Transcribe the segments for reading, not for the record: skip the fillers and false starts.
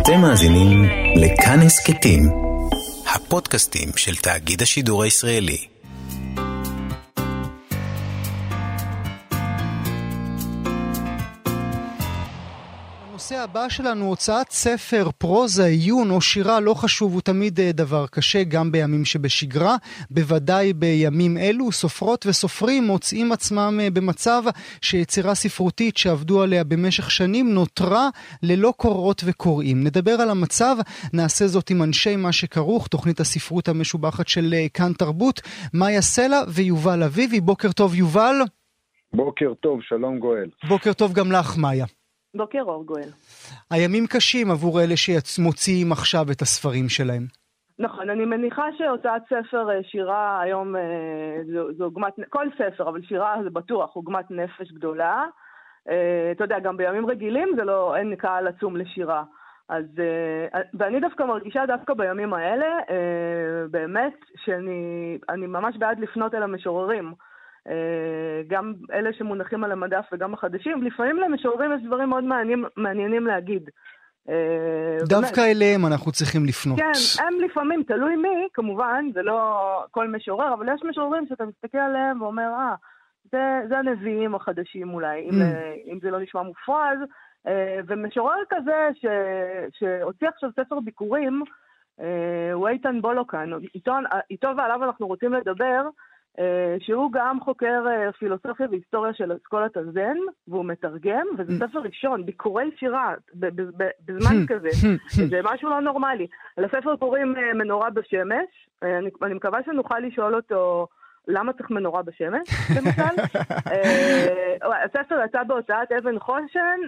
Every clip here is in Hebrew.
אתם מאזינים לכאן הסכתים, הפודקאסטים של תאגיד השידור הישראלי. הנושא הבא שלנו, הוצאת ספר, פרוזה, עיון או שירה, לא חשוב, הוא תמיד דבר קשה, גם בימים שבשגרה, בוודאי בימים אלו. סופרות וסופרים מוצאים עצמם במצב שיצירה ספרותית שעבדו עליה במשך שנים נותרה ללא קוראות וקוראים. נדבר על המצב, נעשה זאת עם אנשי מה שכרוך, תוכנית הספרות המשובחת של כאן תרבות, מאיה סלע ויובל אביבי. בוקר טוב יובל. בוקר טוב, שלום גואל. בוקר טוב גם לך מאיה. בוקר אור גואל. הימים קשים עבור אלה שמוציאים עכשיו את הספרים שלהם. נכון, אני מניחה שהוצאת ספר שירה היום זו עוגמת, כל ספר, אבל שירה זה בטוח עוגמת נפש גדולה. אתה יודע, גם בימים רגילים זה לא, אין קהל עצום לשירה. אז, ואני דווקא מרגישה דווקא בימים האלה, באמת שאני ממש בעד לפנות אל המשוררים. גם אלה שמונחים על המדף וגם החדשים, לפעמים למשוררים יש דברים מאוד מעניינים להגיד. דווקא אליהם אנחנו צריכים לפנות. כן, הם לפעמים, תלוי מי, כמובן, זה לא כל משורר, אבל יש משוררים שאתה מסתכל עליהם ואומר, זה הנביאים החדשים אולי, אם זה לא נשמע מופרז, ומשורר כזה שהוציא עכשיו ספר ביקורים, הוא איתן בולוקן, איתו ועליו אנחנו רוצים לדבר, שהוא גם חוקר פילוסופיה והיסטוריה של אסכולת הזן, והוא מתרגם, וזה ספר ראשון, ביקורי שירה, בזמן כזה, זה משהו לא נורמלי. לספר קוראים מנורה בשמש, אני מקווה שנוכל לשאול אותו, למה צריך מנורה בשמש, למשל? הספר יצא בהוצאת אבן חושן,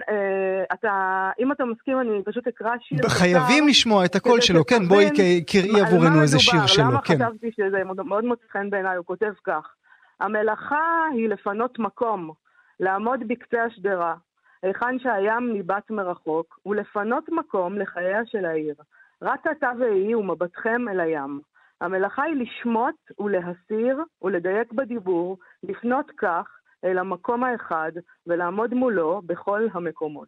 אם אתה מסכים אני פשוט אקרא שיר. חייבים לשמוע את הקול שלו, כן, בואי קראי עבורנו איזה שיר שלו. למה חשבתי שזה מאוד מוצא חן בעיניי, הוא כותב כך: המלאכה היא לפנות מקום, לעמוד בקצה השדרה, היכן שהים ניבט מרחוק, ולפנות מקום לחייה של העיר. רק אתה והיא ומבטכם אל הים. המלאכה היא לשמות ולהסיר ולדייק בדיבור, לפנות כך אל המקום האחד ולעמוד מולו בכל המקומות.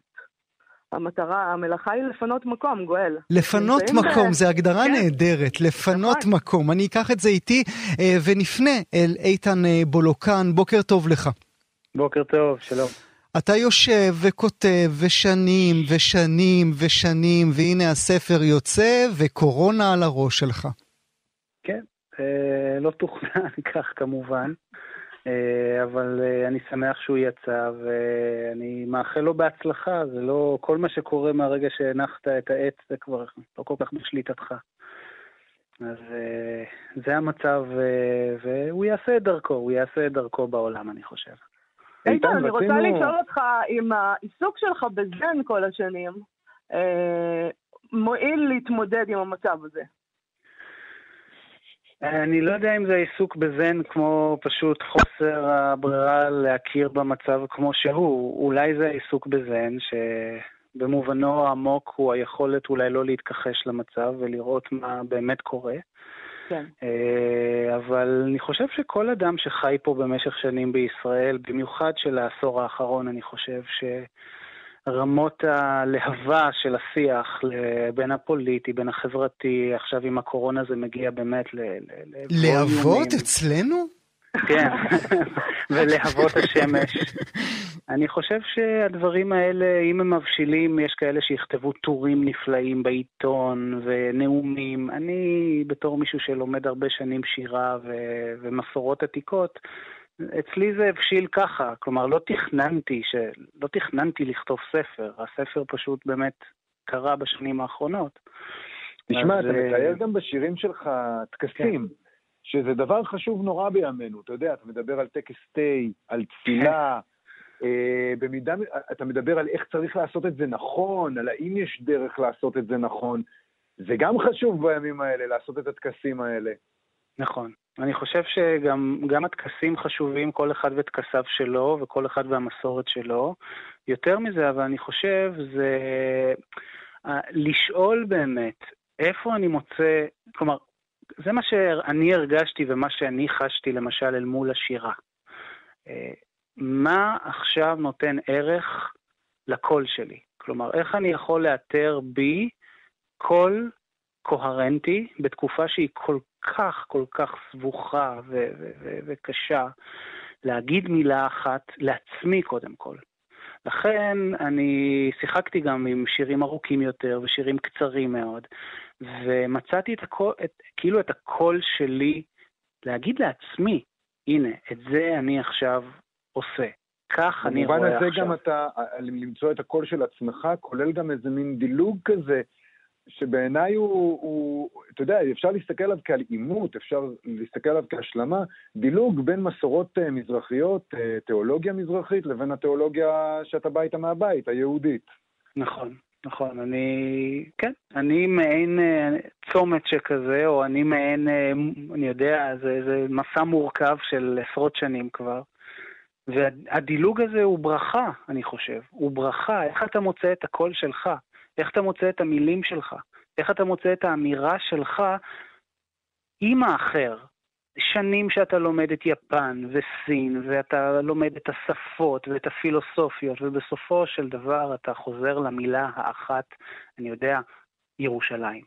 המלאכה היא לפנות מקום, גואל. לפנות מקום, זה הגדרה נהדרת, לפנות מקום. אני אקח את זה איתי ונפנה אל איתן בולוקן. בוקר טוב לך. בוקר טוב, שלום. אתה יושב וכותב ושנים ושנים ושנים, והנה הספר יוצא וקורונה על הראש שלך. כן, לא תוכנן כך כמובן, אבל אני שמח שהוא יצא, ואני מאחל לו בהצלחה. זה לא, כל מה שקורה מהרגע שהנחת את העץ זה כבר לא כל כך בשליטתך. אז זה המצב, והוא יעשה את דרכו, בעולם, אני חושב. איתן, אני רוצה לשאול אותך אם העיסוק שלך בזן כל השנים מועיל להתמודד עם המצב הזה. אני לא יודע אם זה עיסוק בזן כמו פשוט חוסר הברירה להכיר במצב כמו שהוא. אולי זה עיסוק בזן שבמובנו העמוק הוא היכולת אולי לא להתכחש למצב ולראות מה באמת קורה. כן. אבל אני חושב שכל אדם שחי פה במשך שנים בישראל, במיוחד של העשור האחרון, אני חושב רמות הלהבה של השיח בין הפוליטי, בין החברתי, עכשיו עם הקורונה זה מגיע באמת להבות אצלנו? כן, ולהבות השמש. אני חושב שהדברים האלה, אם הם מבשילים, יש כאלה שיכתבו טורים נפלאים בעיתון ונאומים. אני בתור מישהו שלומד הרבה שנים שירה ומסורות עתיקות, אצלי זה הבשיל ככה, כלומר לא תכננתי לכתוב ספר, הספר פשוט באמת קרה בשנים האחרונות. תשמע, אתה מתאר גם בשירים שלך טקסים, שזה דבר חשוב נורא בימינו, אתה יודע, אתה מדבר על טקס תה, על תפילה, אתה מדבר על איך צריך לעשות את זה נכון, על האם יש דרך לעשות את זה נכון, זה גם חשוב בימים האלה, לעשות את הטקסים האלה. נכון. אני חושב שגם הטקסים חשובים, כל אחד וטקסיו שלו, וכל אחד והמסורת שלו. יותר מזה, אבל אני חושב, זה לשאול באמת, איפה אני מוצא, כלומר, זה מה שאני הרגשתי ומה שאני חשתי, למשל, אל מול השירה. מה עכשיו נותן ערך לקול שלי? כלומר, איך אני יכול לאתר בי קול קוהרנטי בתקופה שהיא כל כך סבוכה וקשה, להגיד מילה אחת לעצמי קודם כל. לכן אני שיחקתי גם עם שירים ארוכים יותר ושירים קצרים מאוד, ומצאתי כאילו את הקול שלי להגיד לעצמי, הנה, את זה אני עכשיו עושה. כך אני רואה עכשיו. במובן הזה גם אתה, למצוא את הקול של עצמך, כולל גם איזה מין דילוג כזה, שבעיניי הוא, אתה יודע, אפשר להסתכל עליו כעל אימות, אפשר להסתכל עליו כהשלמה, דילוג בין מסורות מזרחיות, תיאולוגיה מזרחית, לבין התיאולוגיה שאתה בא איתה מהבית, היהודית. נכון. נכון, אני מעין צומת שכזה, או אני מעין, אני יודע, זה מסע מורכב של עשרות שנים כבר, והדילוג הזה הוא ברכה, אני חושב, הוא ברכה, איך אתה מוצא את הקול שלך, איך אתה מוצא את המילים שלך, איך אתה מוצא את האמירה שלך עם האחר. שנים שאתה לומד את יפן וסין, ואתה לומד את השפות ואת הפילוסופיות, ובסופו של דבר אתה חוזר למילה האחת, אני יודע, ירושלים.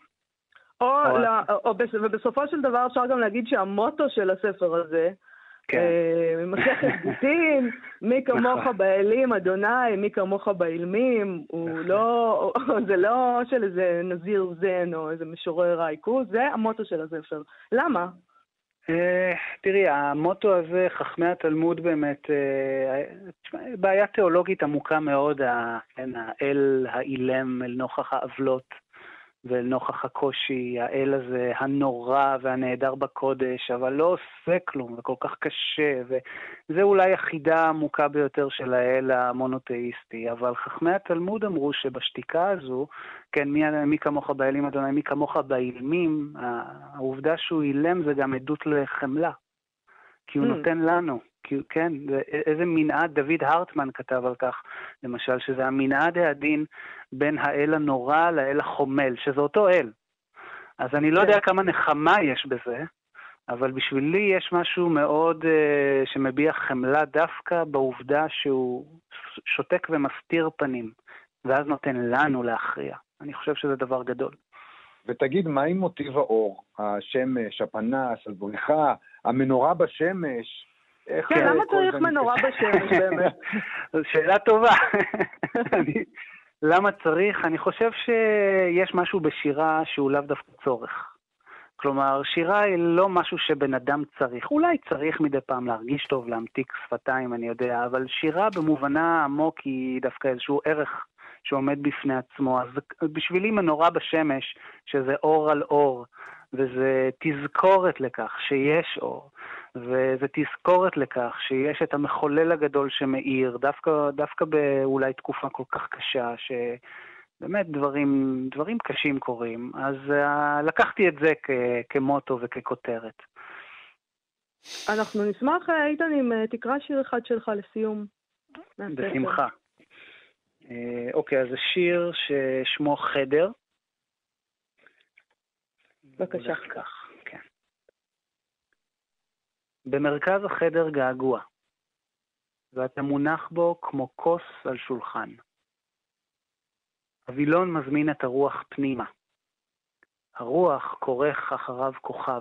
ובסופו של דבר אפשר גם להגיד שהמוטו של הספר הזה, מסכת גיטין, מי כמוך באלים, אדוני, מי כמוך באילמים, זה לא של איזה נזיר זן או איזה משורר הייקו, זה המוטו של הספר. למה? תראי, המוטו הזה, חכמי התלמוד באמת, בעיה תיאולוגית עמוקה מאוד, האל האילם אל נוכח העוולות ואל נוכח הקושי, האל הזה הנורא והנהדר בקודש, אבל לא עושה כלום וכל כך קשה, וזה אולי החידה העמוקה ביותר של האל המונותאיסטי, אבל חכמי התלמוד אמרו שבשתיקה הזו, כן, מי כמוך באלים אדוני, מי כמוך באילמים, העובדה שהוא אילם זה גם עדות לחמלה, כי הוא נותן לנו, כן, איזה מנעד, דוד הרטמן כתב על כך, למשל, שזה המנעד העדין בין האל הנורא לאל החומל, שזה אותו אל. אז אני לא יודע כמה נחמה יש בזה, אבל בשבילי יש משהו מאוד שמביע חמלה דווקא בעובדה שהוא שותק ומסתיר פנים, ואז נותן לנו להכריע. אני חושב שזה דבר גדול. ותגיד, מה עם מוטיב האור? השמש, הפנס, הבריחה, המנורה בשמש? כן, למה צריך מנורה בשמש באמת? זו שאלה טובה. למה צריך? אני חושב שיש משהו בשירה שהוא לאו דווקא צורך. כלומר, שירה היא לא משהו שבן אדם צריך. אולי צריך מדי פעם להרגיש טוב, להמתיק שפתיים, אני יודע, אבל שירה במובנה העמוק היא דווקא איזשהו ערך שעומד בפני עצמו. אז בשבילי מנורה בשמש, שזה אור על אור, וזה תזכורת לכך שיש אור, וזה תזכורת לכך שיש את המחולל הגדול שמאיר, דווקא באולי תקופה כל כך קשה, שבאמת דברים קשים קורים. אז לקחתי את זה כמוטו וככותרת. אנחנו נשמח, איתן, אם תקרא שיר אחד שלך לסיום. בשמחה. אוקיי, אז זה שיר ששמו חדר. בבקשה. כך, כן. במרכז החדר געגוע, ואתה מונח בו כמו כוס על שולחן. הווילון מזמין את הרוח פנימה. הרוח כורך אחריו כוכב.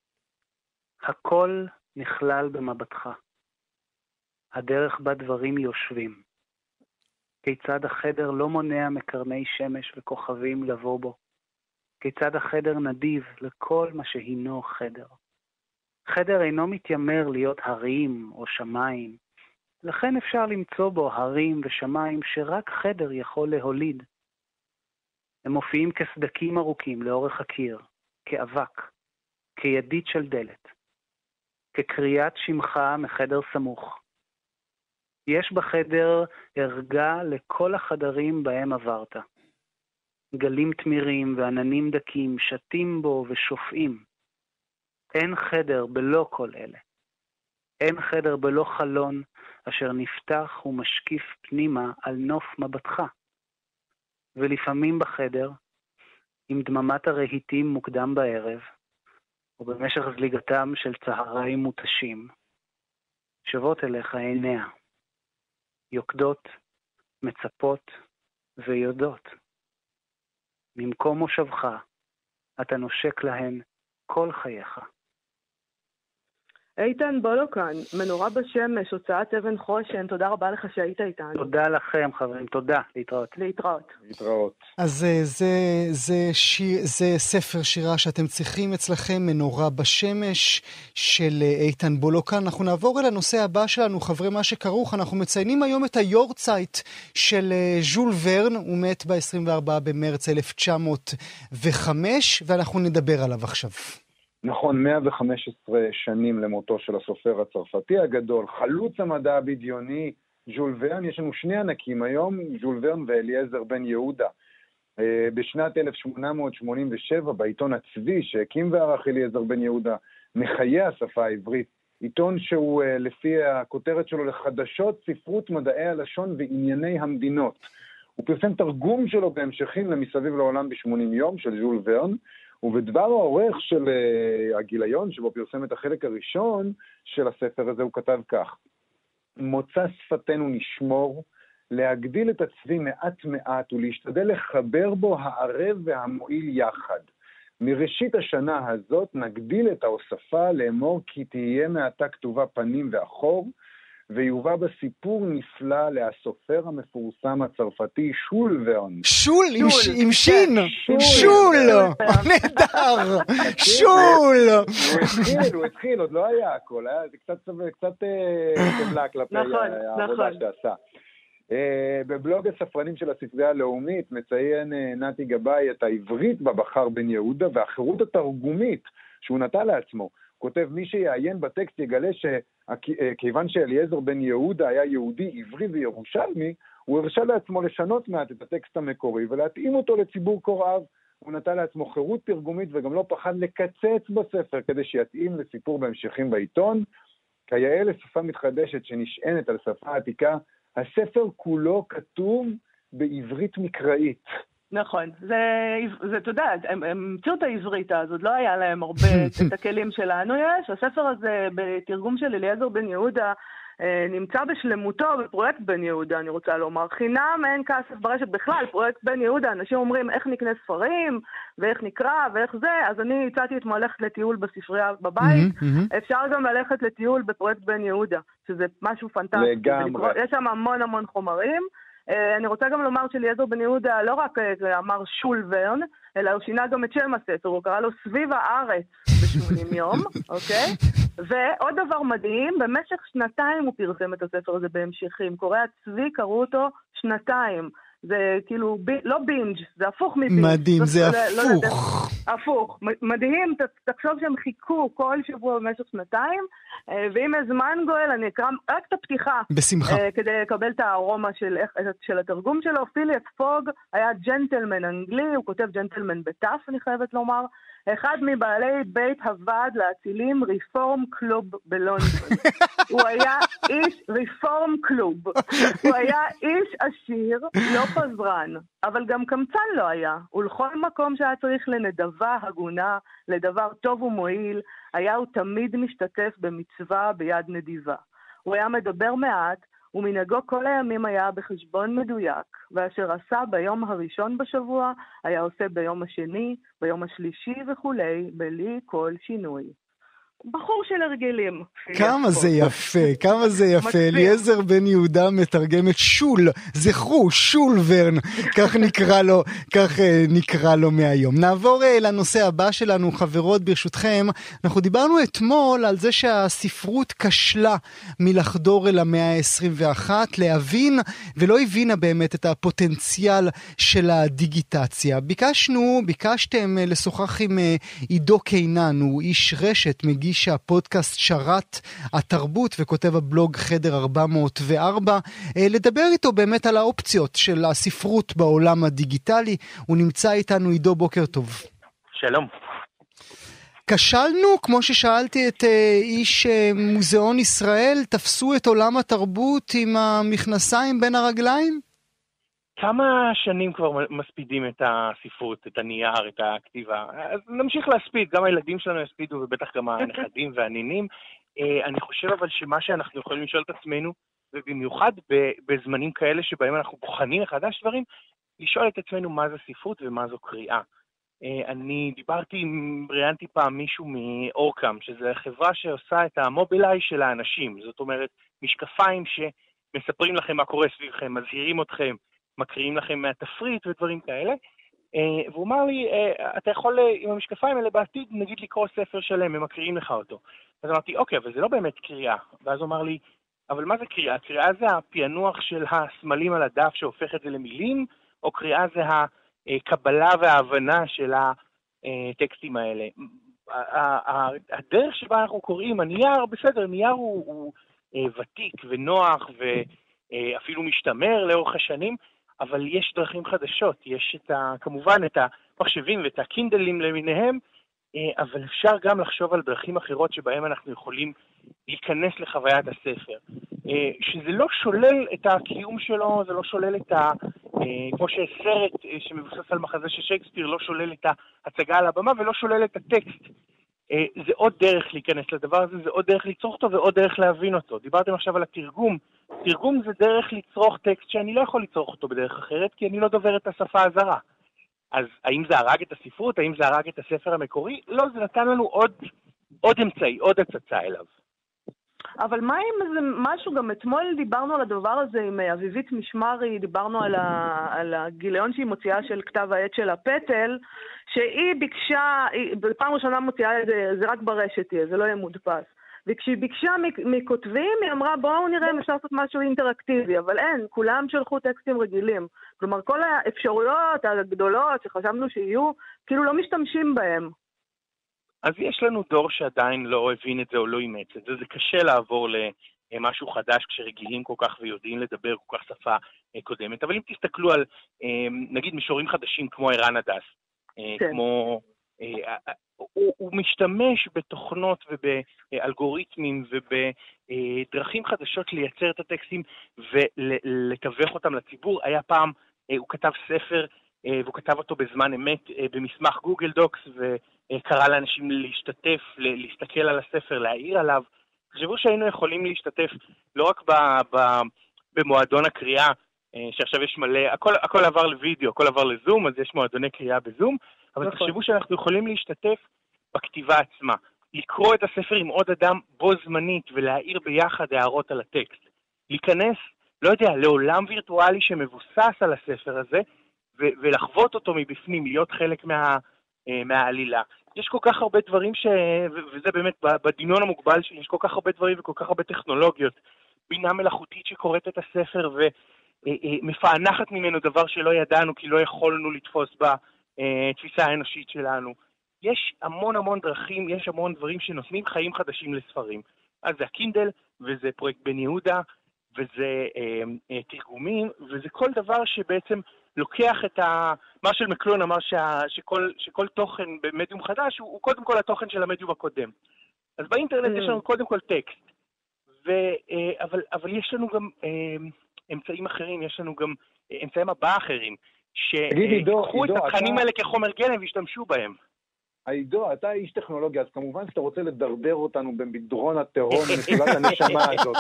הכל נכלל במבטך. הדרך בה דברים יושבים. כיצד החדר לא מונע מקרני שמש וכוכבים לבוא בו. כיצד החדר נדיב לכל מה שהינו חדר. חדר אינו מתיימר להיות הרים או שמיים, לכן אפשר למצוא בו הרים ושמיים שרק חדר יכול להוליד. הם מופיעים כסדקים ארוכים לאורך הקיר, כאבק, כידית של דלת, כקריאת שמך מחדר סמוך. יש בחדר ערגה לכל החדרים בהם עברת. גלים תמירים ועננים דקים שתים בו ושופעים. אין חדר בלא כל אלה. אין חדר בלא חלון אשר נפתח ומשקיף פנימה על נוף מבטך. ולפעמים בחדר, עם דממת הרהיטים מוקדם בערב, ובמשך זליגתם של צהריים מותשים, שבות אליך עיניה, יוקדות, מצפות ויודעות. ממקום מושבך, אתה נושק להן כל חייך. איתן בולוקן, מנורה בשמש, הוצאת אבן חושן, תודה רבה לך שהיית איתנו. תודה לכם, חברים, תודה, להתראות. להתראות. אז זה ספר שירה שאתם צריכים אצלכם, מנורה בשמש של איתן בולוקן. אנחנו נעבור אל הנושא הבא שלנו, חברי מה שכרוך. אנחנו מציינים היום את היורצייט של ז'ול ורן, הוא מת ב-24 במרץ 1905, ואנחנו נדבר עליו עכשיו. נכון, 115 שנים למותו של הסופר הצרפתי הגדול, חלוץ המדע הבדיוני, ז'ול ורן. יש לנו שני ענקים היום, ז'ול ורן ואליעזר בן יהודה. בשנת 1887, בעיתון הצבי שהקים וערך אליעזר בן יהודה, מחיי השפה העברית, עיתון שהוא לפי הכותרת שלו לחדשות ספרות מדעי הלשון וענייני המדינות. הוא פרסם תרגום שלו בהמשכים למסביב לעולם ב-80 יום של ז'ול ורן, ובדבר העורך של הגיליון, שבו פרסם את החלק הראשון של הספר הזה, הוא כתב כך: מוצא שפתנו נשמור, להגדיל את הצבי מעט מעט ולהשתדל לחבר בו הערב והמועיל יחד. מראשית השנה הזאת נגדיל את ההוספה לאמור כי תהיה מעתה כתובה פנים ואחור, ויובא בסיפור נפלא להסופר המפורסם הצרפתי ז'ול ורן. שול עם שין, שול, נהדר, שול. הוא התחיל, עוד לא היה הכל, זה קצת תבלה כלפי העבודה שעשה. בבלוג הספרנים של הספרייה הלאומית מציין נתי גבאי את העברית בבחר בן יהודה והחירות התרגומית שהוא נטע לעצמו. הוא כותב, מי שיעיין בטקסט יגלה שכיוון שאליעזר בן יהודה היה יהודי, עברי וירושלמי, הוא הרשה לעצמו לשנות מעט את הטקסט המקורי ולהתאים אותו לציבור קוראיו. הוא נטע לעצמו חירות תרגומית וגם לא פחד לקצץ בספר כדי שיתאים לסיפור בהמשכים בעיתון. כיאה לשפה מתחדשת שנשענת על שפה עתיקה, הספר כולו כתוב בעברית מקראית. נכון, זה אתה יודע, הם המציאו את העברית הזאת, לא היה להם הרבה את הכלים שלנו יש. הספר הזה בתרגום של אליעזר בן יהודה נמצא בשלמותו בפרויקט בן יהודה, אני רוצה לומר. חינם אין כסף ברשת בכלל, פרויקט בן יהודה, אנשים אומרים איך נקנה ספרים ואיך נקרא ואיך זה, אז אני הצעתי אתמול ללכת לטיול בספרייה בבית, אפשר גם ללכת לטיול בפרויקט בן יהודה, שזה משהו פנטסטי. לגמרי. יש שם המון חומרים. אני רוצה גם לומר שאליעזר בן יהודה לא רק אמר ז'ול ורן, אלא הוא שינה גם את שם הספר, הוא קרא לו סביב הארץ ב-80 יום, אוקיי? ועוד דבר מדהים, במשך 2 הוא פרסם את הספר הזה בהמשכים, קוראי הצבי קראו אותו 2. זה כאילו, לא בינג', זה הפוך מבינג'. מדהים, זה הפוך. הפוך, מדהים, תחשוב שהם חיכו כל שבוע במשך 2, ואם הזמן גואל, אני אקרא רק את הפתיחה. בשמחה. כדי לקבל את הארומה של התרגום שלו. פיליפ פוג היה ג'נטלמן אנגלי, הוא כותב ג'נטלמן בתף, אני חייבת לומר. אחד מבעלי בית הוועד להצילים ריפורם קלוב בלונדון. הוא היה איש ריפורם קלוב. הוא היה איש עשיר, לא פזרן, אבל גם קמצן לא היה. ולכל מקום שהיה צריך לנדבה הגונה, לדבר טוב ומועיל, היה הוא תמיד משתתף במצווה ביד נדיבה. הוא היה מדבר מעט, ומנהגו כל הימים היה בחשבון מדויק, ואשר עשה ביום הראשון בשבוע, היה עושה ביום השני, ביום השלישי וכולי, בלי כל שינוי. בחור של הרגלים. כמה זה יפה, כמה זה יפה. אליעזר בן יהודה מתרגם את שול, זכרו, ז'ול ורן, כך נקרא לו מהיום. נעבור לנושא הבא שלנו, חברות, ברשותכם. אנחנו דיברנו אתמול על זה שהספרות כשלה מלחדור אל המאה ה-21, להבין ולא הבינה באמת את הפוטנציאל של הדיגיטציה. ביקשתם לשוחח עם עידו קינן, הוא איש רשת, מגיש הפודקאסט שרת התרבות וכותב הבלוג חדר 404, לדבר איתו באמת על האופציות של הספרות בעולם הדיגיטלי. הוא נמצא איתנו. עידו, בוקר טוב. שלום. כשלנו, כמו ששאלתי את איש מוזיאון ישראל, תפסו את עולם התרבות עם המכנסיים בין הרגליים? כמה שנים כבר מספידים את הספרות, את הנייר, את הכתיבה? אז נמשיך להספיד, גם הילדים שלנו יספידו ובטח גם הנכדים והנינים. אני חושב אבל שמה שאנחנו יכולים לשאול את עצמנו, ובמיוחד בזמנים כאלה שבהם אנחנו בוחנים מחדש דברים, לשאול את עצמנו מה זה ספרות ומה זו קריאה. אני ראיינתי פעם מישהו מאורקם, שזו חברה שעושה את המובילאיי של האנשים. זאת אומרת, משקפיים שמספרים לכם מה קורה סביבכם, מזהירים אתכם, מקריאים לכם מהתפריט ודברים כאלה. והוא אמר לי, אתה יכול עם המשקפיים האלה בעתיד, נגיד לקרוא ספר שלם, הם מקריאים לך אותו. אז אמרתי, אוקיי, אבל זה לא באמת קריאה. ואז הוא אמר לי, אבל מה זה קריאה? קריאה זה הפענוח של הסמלים על הדף שהופך את זה למילים, או קריאה זה הקבלה וההבנה של הטקסטים האלה. הדרך שבה אנחנו קוראים, הנייר, בסדר, נייר הוא ותיק ונוח ואפילו משתמר לאורך השנים, אבל יש דרכים חדשות, יש כמובן את המחשבים ואת הקינדלים למיניהם, אבל אפשר גם לחשוב על דרכים אחרות שבהם אנחנו יכולים להיכנס לחוויית הספר. שזה לא שולל את הקיום שלו, זה לא שולל את כמו שסרט שמבוסס על מחזה של שייקספיר לא שולל את ההצגה על הבמה ולא שולל את הטקסט. זה עוד דרך להיכנס לדבר הזה, זה עוד דרך לצרוך אותו ועוד דרך להבין אותו. דיברתם עכשיו על התרגום. תרגום זה דרך לצרוך טקסט שאני לא יכול לצרוך אותו בדרך אחרת, כי אני לא דובר את השפה הזרה. אז האם זה הרג את הספרות? האם זה הרג את הספר המקורי? לא, זה נתן לנו עוד אמצעי, עוד הצצה אליו. אבל מה אם זה משהו, גם אתמול דיברנו על הדבר הזה עם אביבית משמרי, דיברנו על הגיליון שהיא מוציאה של כתב העת של הפטל, שהיא ביקשה, בפעם ראשונה מוציאה את זה רק ברשת תהיה, זה לא יהיה מודפס. וכשהיא ביקשה מכותבים, היא אמרה בואו נראה אם אפשר לעשות משהו אינטראקטיבי, אבל אין, כולם שלחו טקסטים רגילים. כלומר, כל האפשרויות הגדולות שחשבנו שיהיו, כאילו לא משתמשים בהם. אז יש לנו דור שעדיין לא הבין את זה או לא אימץ את זה. זה קשה לעבור למשהו חדש כשרגילים כל כך ויודעים לדבר כל כך שפה קודמת. אבל אם תסתכלו על, נגיד, מישורים חדשים כמו ערן הדס, כן. כמו... הוא משתמש בתוכנות ובאלגוריתמים ובדרכים חדשות לייצר את הטקסטים ולתווך אותם לציבור. היה פעם, הוא כתב ספר, והוא כתב אותו בזמן אמת במסמך גוגל דוקס, וקרא לאנשים להשתתף, להסתכל על הספר, להעיר עליו. חשבו שהיינו יכולים להשתתף לא רק במועדון הקריאה, שעכשיו יש מלא, הכל עבר לוידאו, הכל עבר לזום, אז יש מועדוני קריאה בזום, אבל תחשבו שאנחנו יכולים להשתתף בכתיבה עצמה, לקרוא את הספר עם עוד אדם בו זמנית ולהעיר ביחד הערות על הטקסט. להיכנס, לא יודע, לעולם וירטואלי שמבוסס על הספר הזה, ולחוות אותו מבפנים, להיות חלק מהעלילה. יש כל כך הרבה דברים וזה באמת בדמיון המוגבל שלי, יש כל כך הרבה דברים וכל כך הרבה טכנולוגיות, בינה מלאכותית שקוראת את הספר ומפענחת ממנו דבר שלא ידענו כי לא יכולנו לתפוס בתפיסה האנושית שלנו. יש המון דרכים, יש המון דברים שנותנים חיים חדשים לספרים. אז זה הקינדל, וזה פרויקט בן יהודה, וזה תרגומים, וזה כל דבר שבעצם לוקח את מה של מקלון אמר שכל תוכן במדיום חדש הוא קודם כל התוכן של המדיום הקודם. אז באינטרנט יש לנו קודם כל טקסט, אבל יש לנו גם אמצעים אחרים, יש לנו גם אמצעי מבע אחרים, שיקחו את התכנים האלה כחומר גלם והשתמשו בהם. עידו, אתה איש טכנולוגיה, אז כמובן שאתה רוצה לדרדר אותנו במדרון התהום מסולת הנשמה הזאת.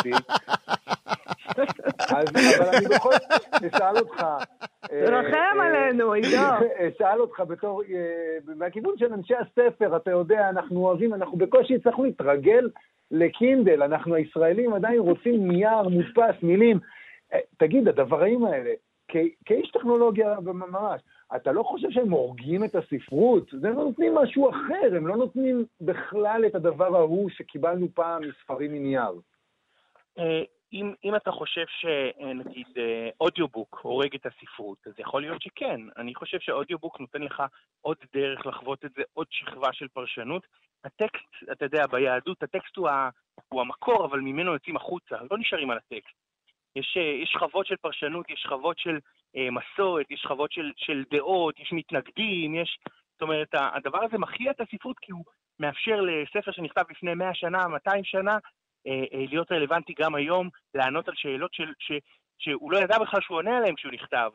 אבל אני בכל אשאל אותך... רחם עלינו, עידו. אשאל אותך בתור... מהכיוון של אנשי הספר, אתה יודע, אנחנו אוהבים, אנחנו בקושי הצלחנו להתרגל לקינדל, אנחנו הישראלים עדיין רוצים נייר, מודפס, מילים. תגיד, הדברים האלה, כאיש טכנולוגיה ממש, אתה לא חושב שהם הורגים את הספרות? הם לא נותנים משהו אחר, הם לא נותנים בכלל את הדבר ההוא שקיבלנו פעם מספרים מנייר. אם אתה חושב שנגיד אודיובוק הורג את הספרות, אז יכול להיות שכן. אני חושב שאודיובוק נותן לך עוד דרך לחוות את זה, עוד שכבה של פרשנות. הטקסט, אתה יודע, ביהדות, הטקסט הוא המקור, אבל ממנו יוצאים החוצה, לא נשארים על הטקסט. יש שכבות של פרשנות, יש שכבות של מסורת, יש שכבות של דעות, יש מתנגדים, זאת אומרת, הדבר הזה מחיה את הספרות כי הוא מאפשר לספר שנכתב לפני 100 שנה, 200 שנה, להיות רלוונטי גם היום, לענות על שאלות שהוא לא ידע בכלל שהוא עונה עליהן כשהוא נכתב,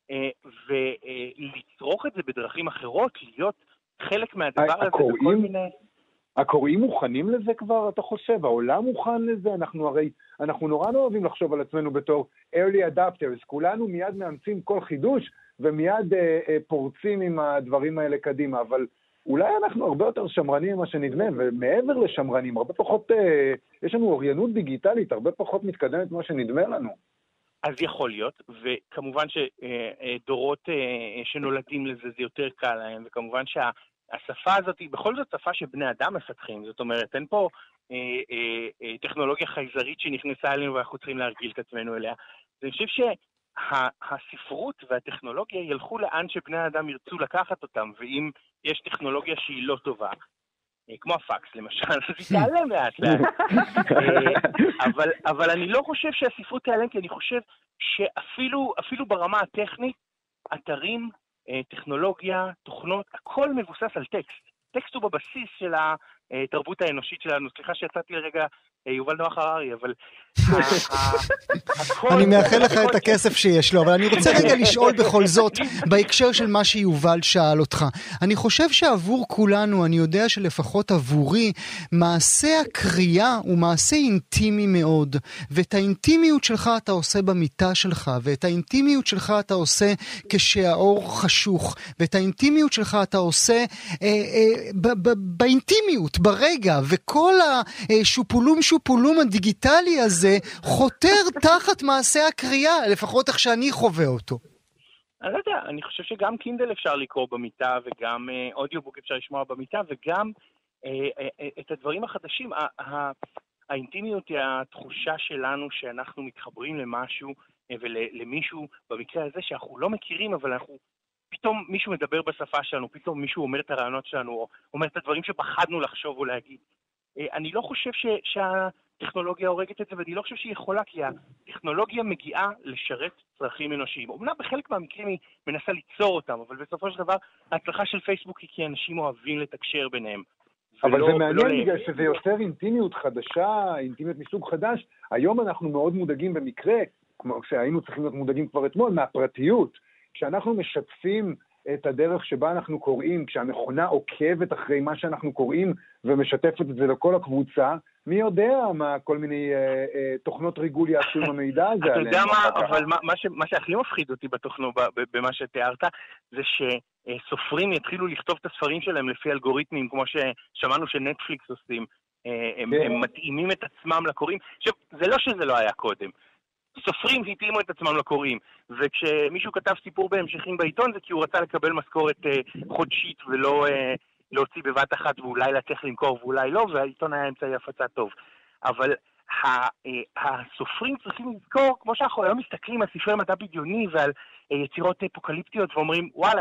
ולצרוך את זה בדרכים אחרות, להיות חלק מהדבר הזה בכל מיני... הקוראים מוכנים לזה כבר, אתה חושב? העולם מוכן לזה? אנחנו נורא לא אוהבים לחשוב על עצמנו בתור early adapters, כולנו מיד מאמצים כל חידוש, ומיד פורצים עם הדברים האלה קדימה, אבל אולי אנחנו הרבה יותר שמרנים ממה שנדמה, ומעבר לשמרנים, הרבה פחות, יש לנו אוריינות דיגיטלית, הרבה פחות מתקדמת ממה שנדמה לנו. אז יכול להיות, וכמובן שדורות שנולדים לזה זה יותר קל להם, וכמובן שהשפה הזאת היא בכל זאת שפה שבני אדם מפתחים, זאת אומרת, אין פה טכנולוגיה חייזרית שנכנסה אלינו ואנחנו צריכים להרגיל את עצמנו אליה. אני חושב שהספרות והטכנולוגיה ילכו לאן שבני האדם ירצו לקחת אותם, ואם יש טכנולוגיה שהיא לא טובה, כמו הפקס למשל, אז היא תעלם לאט לאט. אבל אני לא חושב שהספרות תעלם, כי אני חושב שאפילו ברמה הטכנית, אתרים, טכנולוגיה, תוכנות, הכל מבוסס על טקסט. טקסט הוא בבסיס של התרבות האנושית שלנו. סליחה שיצאתי לרגע יובל נוח הררי, אבל אני מאחל לך את הכסף שיש לו, אבל אני רוצה רגע לשאול בכל זאת, בהקשר של מה שיובל שאל אותך. אני חושב שעבור כולנו, אני יודע שלפחות עבורי, מעשה הקריאה הוא מעשה אינטימי מאוד, ואת האינטימיות שלך אתה עושה במיטה שלך, ואת האינטימיות שלך אתה עושה כשהאור חשוך, ואת האינטימיות שלך אתה עושה באינטימיות, ברגע, וכל השופולום הדיגיטלי הזה חותר תחת מעשה הקריאה, לפחות איך שאני חווה אותו. אני לא יודע, אני חושב שגם קינדל אפשר לקרוא במיטה, וגם אודיובוק אפשר לשמוע במיטה, וגם את הדברים החדשים. האינטימיות היא התחושה שלנו שאנחנו מתחברים למשהו ולמישהו, במקרה הזה שאנחנו לא מכירים, אבל אנחנו פתאום מישהו מדבר בשפה שלנו, פתאום מישהו אומר את הרעיונות שלנו, או אומר את הדברים שפחדנו לחשוב או להגיד. אני לא חושב שהטכנולוגיה הורגת את זה, ואני לא חושב שהיא יכולה, כי הטכנולוגיה מגיעה לשרת צרכים אנושיים. אומנם בחלק מהמקרים היא מנסה ליצור אותם, אבל בסופו של דבר, ההצלחה של פייסבוק היא כי אנשים אוהבים לתקשר ביניהם. אבל זה מעניין בגלל שזה יותר אינטימיות חדשה, אינטימיות מסוג חדש. היום אנחנו מאוד מודאגים במקרה, כמו שהיינו צריכים להיות מודאגים כבר אתמול, מהפרטיות. כשאנחנו משתפים את הדרך שבה אנחנו קוראים, כשהמכונה עוקבת אחרי מה שאנחנו קוראים ומשתפת את זה לכל הקבוצה, מי יודע מה כל מיני תוכנות ריגול יעשו עם המידע הזה. אתה יודע מה, אבל מה שהכי מפחיד אותי בתוכנו, במה שתיארת, זה שסופרים יתחילו לכתוב את הספרים שלהם לפי אלגוריתמים, כמו ששמענו שנטפליקס עושים, הם מתאימים את עצמם לקוראים. זה לא שזה לא היה קודם. סופרים התאימו את עצמם לקוראים, וכשמישהו כתב סיפור בהמשכים בעיתון זה כי הוא רצה לקבל משכורת חודשית ולא להוציא בבת אחת ואולי להצליח למכור ואולי לא, והעיתון היה אמצעי הפצה טוב. אבל הסופרים צריכים לזכור, כמו שאנחנו היום מסתכלים על ספרי מדע בדיוני ועל יצירות אפוקליפטיות ואומרים, וואלה,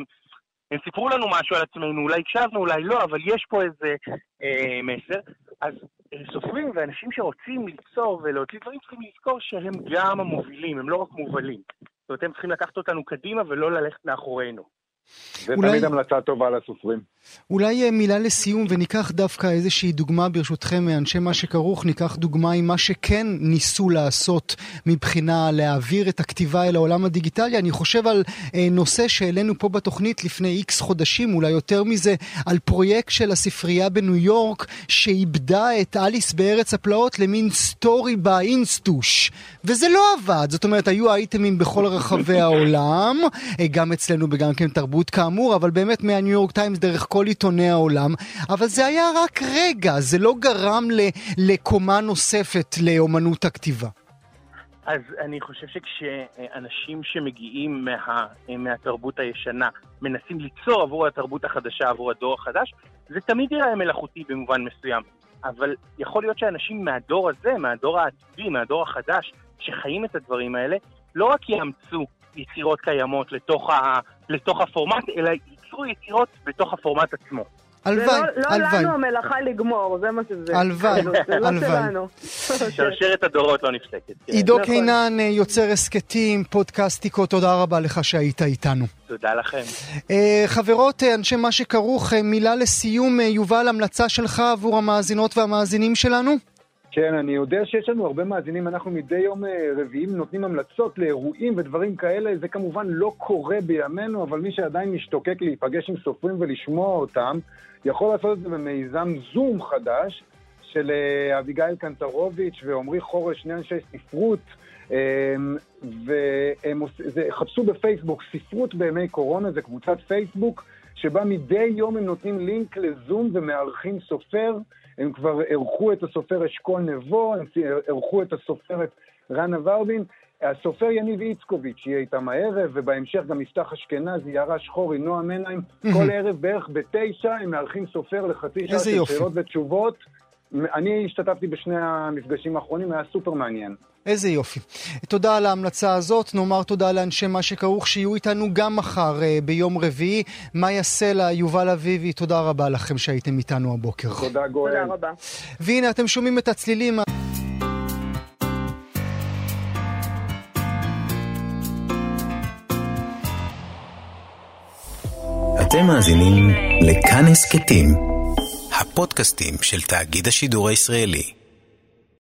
הם סיפרו לנו משהו על עצמנו, אולי הקשבנו, אולי לא, אבל יש פה איזה מסר. אז סופרים ואנשים שרוצים ליצור ולהוציא דברים צריכים לזכור שהם גם המובילים, הם לא רק מובלים. זאת אומרת, הם צריכים לקחת אותנו קדימה ולא ללכת מאחורינו. זה תמיד המלצה טובה לסופרים. אולי מילה לסיום, וניקח דווקא איזושהי דוגמה ברשותכם מאנשי מה שכרוך, ניקח דוגמה עם מה שכן ניסו לעשות מבחינה להעביר את הכתיבה אל העולם הדיגיטלי. אני חושב על נושא שהעלינו פה בתוכנית לפני איקס חודשים, אולי יותר מזה, על פרויקט של הספרייה בניו יורק, שאיבדה את אליס בארץ הפלאות למין סטורי באינסטוש. וזה לא עבד, זאת אומרת, היו אייטמים בכל רחבי העולם, גם אצלנו וגם כן תרבות כאמור, אבל באמת מהניו יורק טיימס דרך כל עיתוני העולם, אבל זה היה רק רגע, זה לא גרם לקומה נוספת לאומנות הכתיבה. אז אני חושב שכשאנשים שמגיעים מהתרבות הישנה מנסים ליצור עבור התרבות החדשה, עבור הדור החדש, זה תמיד יראה מלאכותי במובן מסוים. אבל יכול להיות שאנשים מהדור הזה, מהדור העתידי, מהדור החדש, שחיים את הדברים האלה, לא רק יאמצו יצירות קיימות לתוך הפורמט, אלא ייצרו יצירות בתוך הפורמט עצמו. הלוואי, לא לנו המלאכה לגמור, זה מה שזה. הלוואי, הלוואי. שרשרת הדורות לא נפסקת. עידו קינן, יוצר הסקטים, פודקאסטיקו, תודה רבה לך שהיית איתנו. תודה לכם. חברות, אנשי מה שכרוך, מילה לסיום, יובל, המלצה שלך עבור המאזינות והמאזינים שלנו? כן, אני יודע שיש לנו הרבה מאזינים, אנחנו מדי יום רביעים נותנים המלצות לאירועים ודברים כאלה, זה כמובן לא קורה בימינו, אבל מי שעדיין משתוקק להיפגש עם סופרים ולשמוע אותם, יכול לעשות את זה במיזם זום חדש, של אביגיל קנטרוביץ' ועומרי חורש, שני אנשי ספרות והם חפשו בפייסבוק ספרות בימי קורונה, זה קבוצת פייסבוק, שבה מדי יום הם נותנים לינק לזום ומארחים סופר. הם כבר ערכו את הסופר אשכול נבו, הם ערכו את הסופרת רנה ורבין, הסופר יניב איצקוביץ' יהיה איתם הערב, ובהמשך גם יפתח אשכנזי, יערה שחורי, נועה מנהיים, כל ערב בערך ב9 הם מארחים סופר לחצי שעה של שאלות ותשובות. אני השתתפתי בשני המפגשים האחרונים, היה סופר מעניין. איזה יופי. תודה על ההמלצה הזאת, נאמר תודה לאנשי מה שכרוך שיהיו איתנו גם מחר ביום רביעי. מאיה סלע, יובל אביבי, תודה רבה לכם שהייתם איתנו הבוקר. תודה גואל. תודה רבה. והנה אתם שומעים את הצלילים. אתם מאזינים לכאן הסכתים, הפודקאסטים של תאגיד השידור הישראלי.